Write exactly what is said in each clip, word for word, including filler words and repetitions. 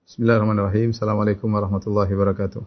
Bismillahirrahmanirrahim. Assalamualaikum warahmatullahi wabarakatuh.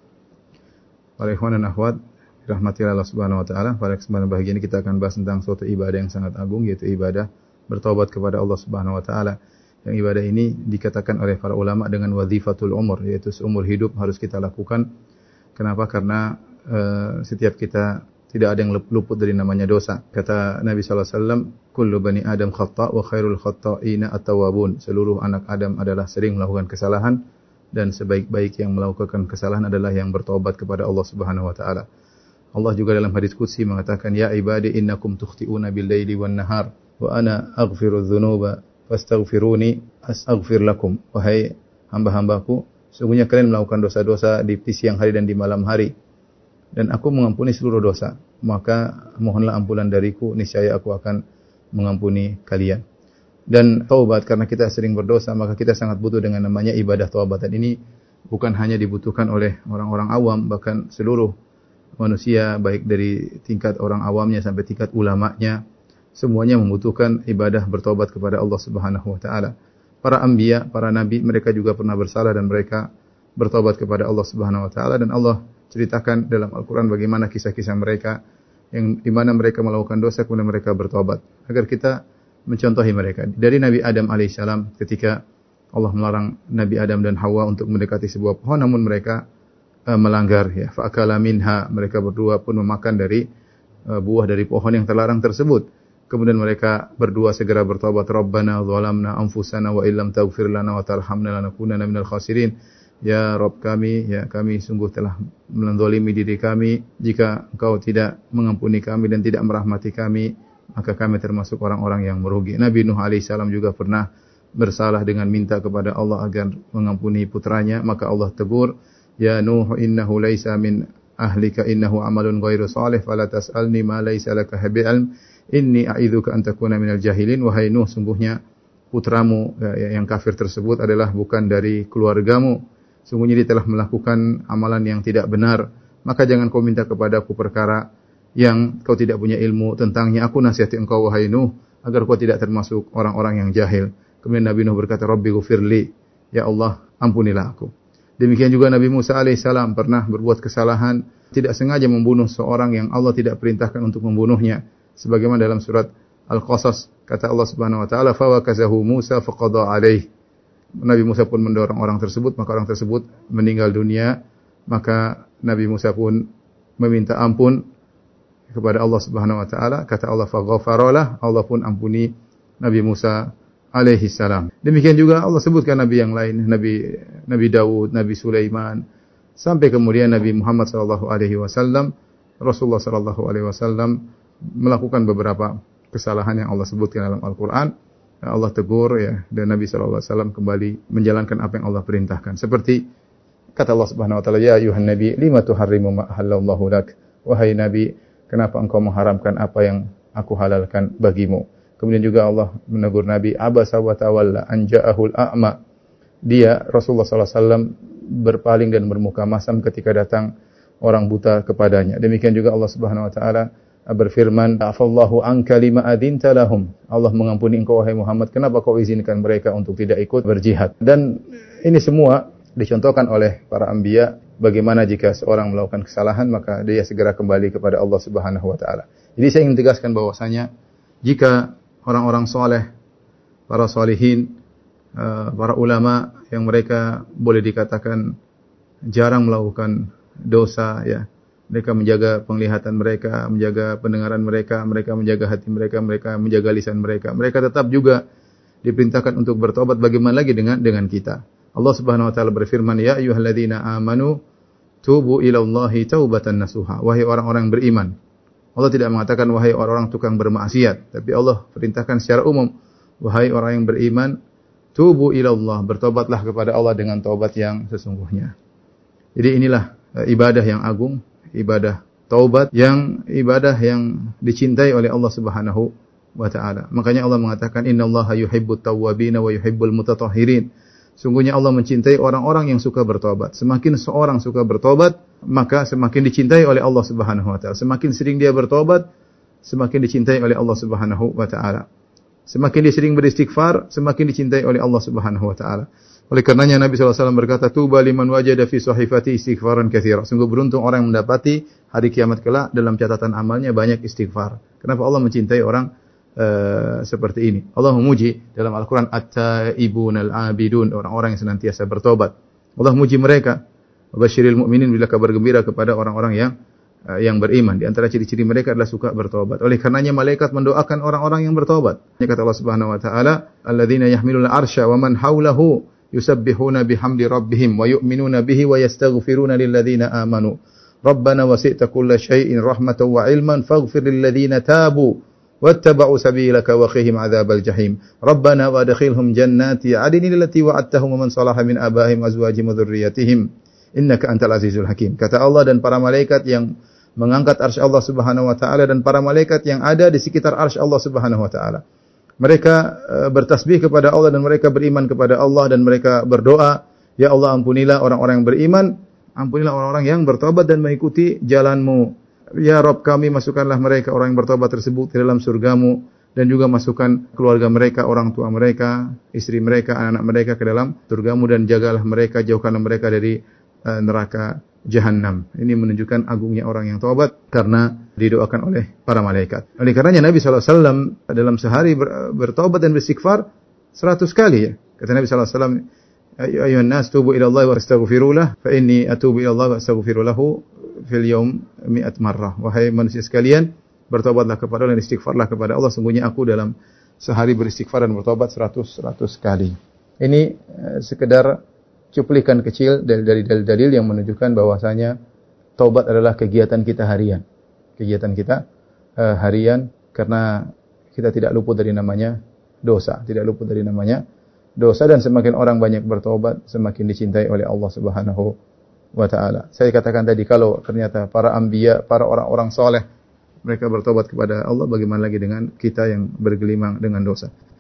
Para ikhwan dan akhwat, dirahmati Allah Subhanahu wa taala. Pada kesempatan bahagia ini kita akan bahas tentang suatu ibadah yang sangat agung, yaitu ibadah bertaubat kepada Allah Subhanahu wa taala. Yang ibadah ini dikatakan oleh para ulama dengan wazifatul umur, yaitu seumur hidup harus kita lakukan. Kenapa? Karena uh, setiap kita tidak ada yang luput dari namanya dosa. Kata Nabi sallallahu alaihi wasallam, "Kullu bani Adam khata' wa khairul khata'ina at-tawwabun." Seluruh anak Adam adalah sering melakukan kesalahan dan sebaik-baik yang melakukan kesalahan adalah yang bertobat kepada Allah Subhanahu wa taala. Allah juga dalam hadis qudsi mengatakan, "Ya ibadi innakum tukhti'una bil-laili wan-nahar wa ana aghfiru dzunuba fastaghfiruni astaghfir lakum." Wahai hamba-hambaku, sesungguhnya kalian melakukan dosa-dosa di siang hari dan di malam hari, dan aku mengampuni seluruh dosa, maka mohonlah ampunan dariku, niscaya aku akan mengampuni kalian. Dan taubat, karena kita sering berdosa, maka kita sangat butuh dengan namanya ibadah taubat. Dan ini bukan hanya dibutuhkan oleh orang-orang awam, bahkan seluruh manusia, baik dari tingkat orang awamnya sampai tingkat ulamanya, semuanya membutuhkan ibadah bertaubat kepada Allah Subhanahu wa taala. Para anbiya, para nabi, mereka juga pernah bersalah dan mereka bertaubat kepada Allah Subhanahu wa taala, dan Allah ceritakan dalam Al-Quran bagaimana kisah-kisah mereka yang di mana mereka melakukan dosa kemudian mereka bertobat, agar kita mencontohi mereka. Dari Nabi Adam alaihissalam, ketika Allah melarang Nabi Adam dan Hawa untuk mendekati sebuah pohon, namun mereka uh, melanggar. Ya, fa'akala minha, mereka berdua pun memakan dari uh, buah dari pohon yang terlarang tersebut. Kemudian mereka berdua segera bertobat. Rabbana zalamna anfusana wa illam taghfir lana wa tarhamna lanakunanna minal khasirin. Ya Rabb kami, ya kami sungguh telah menzalimi diri kami. Jika Engkau tidak mengampuni kami dan tidak merahmati kami, maka kami termasuk orang-orang yang merugi. Nabi Nuh alaihissalam juga pernah bersalah dengan minta kepada Allah agar mengampuni putranya, maka Allah tegur, "Ya Nuh, innahu laisa min ahlika innahu amalun ghairu salih, fala tas'alni ma laisa laka bi'ilm, inni a'idzuka an takuna minal jahilin." Wahai Nuh, sungguhnya putramu ya, yang kafir tersebut adalah bukan dari keluargamu. Sungguhnya dia telah melakukan amalan yang tidak benar. Maka jangan kau minta kepadaku perkara yang kau tidak punya ilmu tentangnya. Aku nasihati engkau wahai Nuh, agar kau tidak termasuk orang-orang yang jahil. Kemudian Nabi Nuh berkata, "Rabbi ghufirli." Ya Allah, ampunilah aku. Demikian juga Nabi Musa alaihissalam pernah berbuat kesalahan, tidak sengaja membunuh seorang yang Allah tidak perintahkan untuk membunuhnya. Sebagaimana dalam surat Al-Qasas, kata Allah Subhanahu wa taala, "Fa wakazahu Musa faqada alaihi." Nabi Musa pun mendorong orang tersebut, maka orang tersebut meninggal dunia. Maka Nabi Musa pun meminta ampun kepada Allah Subhanahu wa taala. Kata Allah, "Faghfaralah." Allah pun ampuni Nabi Musa alaihi salam. Demikian juga Allah sebutkan nabi yang lain, Nabi Nabi Daud, Nabi Sulaiman, sampai kemudian Nabi Muhammad sallallahu alaihi wasallam, Rasulullah sallallahu alaihi wasallam melakukan beberapa kesalahan yang Allah sebutkan dalam Al-Qur'an. Allah tegur ya, dan Nabi sallallahu alaihi wasallam kembali menjalankan apa yang Allah perintahkan. Seperti kata Allah Subhanahu wa taala, "Ya ayuhan nabi, lima tuharrimu ma halallahu lak?" Wahai Nabi, kenapa engkau mengharamkan apa yang aku halalkan bagimu? Kemudian juga Allah menegur Nabi, "Abasa wa tawalla an ja'ahul a'ma." Dia Rasulullah sallallahu alaihi wasallam berpaling dan bermuka masam ketika datang orang buta kepadanya. Demikian juga Allah Subhanahu wa taala berfirman, "Afallahu anka lima adzinta lahum." Allah mengampuni engkau wahai Muhammad, kenapa kau izinkan mereka untuk tidak ikut berjihad? Dan ini semua dicontohkan oleh para anbiya, bagaimana jika seorang melakukan kesalahan maka dia segera kembali kepada Allah Subhanahu wa taala. Jadi saya ingin tegaskan bahwasanya jika orang-orang soleh, para solihin, para ulama yang mereka boleh dikatakan jarang melakukan dosa ya, mereka menjaga penglihatan mereka, menjaga pendengaran mereka, mereka menjaga hati mereka, mereka menjaga lisan mereka. Mereka tetap juga diperintahkan untuk bertobat. Bagaimana lagi dengan dengan kita? Allah Subhanahu wa taala berfirman, "Ya ayyuhalladzina amanu tubu ilallahi taubatan nasuha." Wahai orang-orang yang beriman. Allah tidak mengatakan wahai orang-orang tukang bermaksiat, tapi Allah perintahkan secara umum, wahai orang yang beriman, tubu ilallah, bertobatlah kepada Allah dengan taubat yang sesungguhnya. Jadi inilah ibadah yang agung, ibadah taubat yang ibadah yang dicintai oleh Allah Subhanahu wa taala. Makanya Allah mengatakan, "Innallaha yuhibbut tawwabin wa yuhibbul mutatahhirin." Sungguhnya Allah mencintai orang-orang yang suka bertobat. Semakin seorang suka bertobat, maka semakin dicintai oleh Allah Subhanahu wa taala. Semakin sering dia bertobat, semakin dicintai oleh Allah Subhanahu wa taala. Semakin dia sering beristighfar, semakin dicintai oleh Allah Subhanahu wa taala. Oleh karenanya Nabi sallallahu alaihi wasallam berkata, "Tuba liman wajada fi sahifati istighfaran katsira." Sungguh beruntung orang yang mendapati hari kiamat kelak dalam catatan amalnya banyak istighfar. Kenapa Allah mencintai orang uh, seperti ini? Allah memuji dalam Al-Qur'an at-taibun al-abidun, orang-orang yang senantiasa bertobat. Allah memuji mereka. Basyiril mu'minin, bila kabar gembira kepada orang-orang yang uh, yang beriman. Di antara ciri-ciri mereka adalah suka bertobat. Oleh karenanya malaikat mendoakan orang-orang yang bertobat. Kata Allah Subhanahu wa taala, "Alladzina yahmilul 'arsya wa man hawlahu yusabbihuna bihamdi rabbihim wa yu'minuna bihi wa yastaghfiruna lilladzina amanu. Rabbana wasi'ta kulla syai'in rahmatan wa 'ilman faghfir lilladzina tabu wattaba'u sabilaka wa qihim 'adzabal jahim. Rabbana wa adkhilhum jannati 'adnin allati wa'adtahum wa man salaha min abaihim wa azwajihim wa dzurriyyatihim innaka antal azizul hakim." Kata Allah, dan para malaikat yang mengangkat arsy Allah Subhanahu wa taala dan para malaikat yang ada di sekitar arsy Allah Subhanahu wa taala. Mereka uh, bertasbih kepada Allah dan mereka beriman kepada Allah dan mereka berdoa, "Ya Allah, ampunilah orang-orang yang beriman, ampunilah orang-orang yang bertobat dan mengikuti jalan-Mu. Ya Rabb kami, masukkanlah mereka orang yang bertobat tersebut ke dalam surga-Mu dan juga masukkan keluarga mereka, orang tua mereka, istri mereka, anak-anak mereka ke dalam surga-Mu dan jagalah mereka, jauhkanlah mereka dari uh, neraka Jahannam." Ini menunjukkan agungnya orang yang taubat karena didoakan oleh para malaikat. Oleh karenanya Nabi sallallahu alaihi wasallam dalam sehari ber, bertaubat dan beristighfar seratus kali ya. Kata Nabi sallallahu alaihi wasallam, "Ayuhan nas tubu ila Allah wa astaghfiru lahu fa inni atubu ila Allah wa astaghfiru lahu fil yaum mi'at marrah." Wahai manusia sekalian, bertobatlah kepada Allah dan istighfarlah kepada Allah. Sungguhnya aku dalam sehari beristighfar dan bertobat seratus kali. Ini uh, sekedar cuplikan kecil dari dalil-dalil yang menunjukkan bahwasanya taubat adalah kegiatan kita harian. Kegiatan kita uh, harian karena kita tidak luput dari namanya dosa, tidak luput dari namanya dosa, dan semakin orang banyak bertobat, semakin dicintai oleh Allah Subhanahu wa taala. Saya katakan tadi, kalau ternyata para anbiya, para orang-orang soleh mereka bertobat kepada Allah, bagaimana lagi dengan kita yang bergelimang dengan dosa?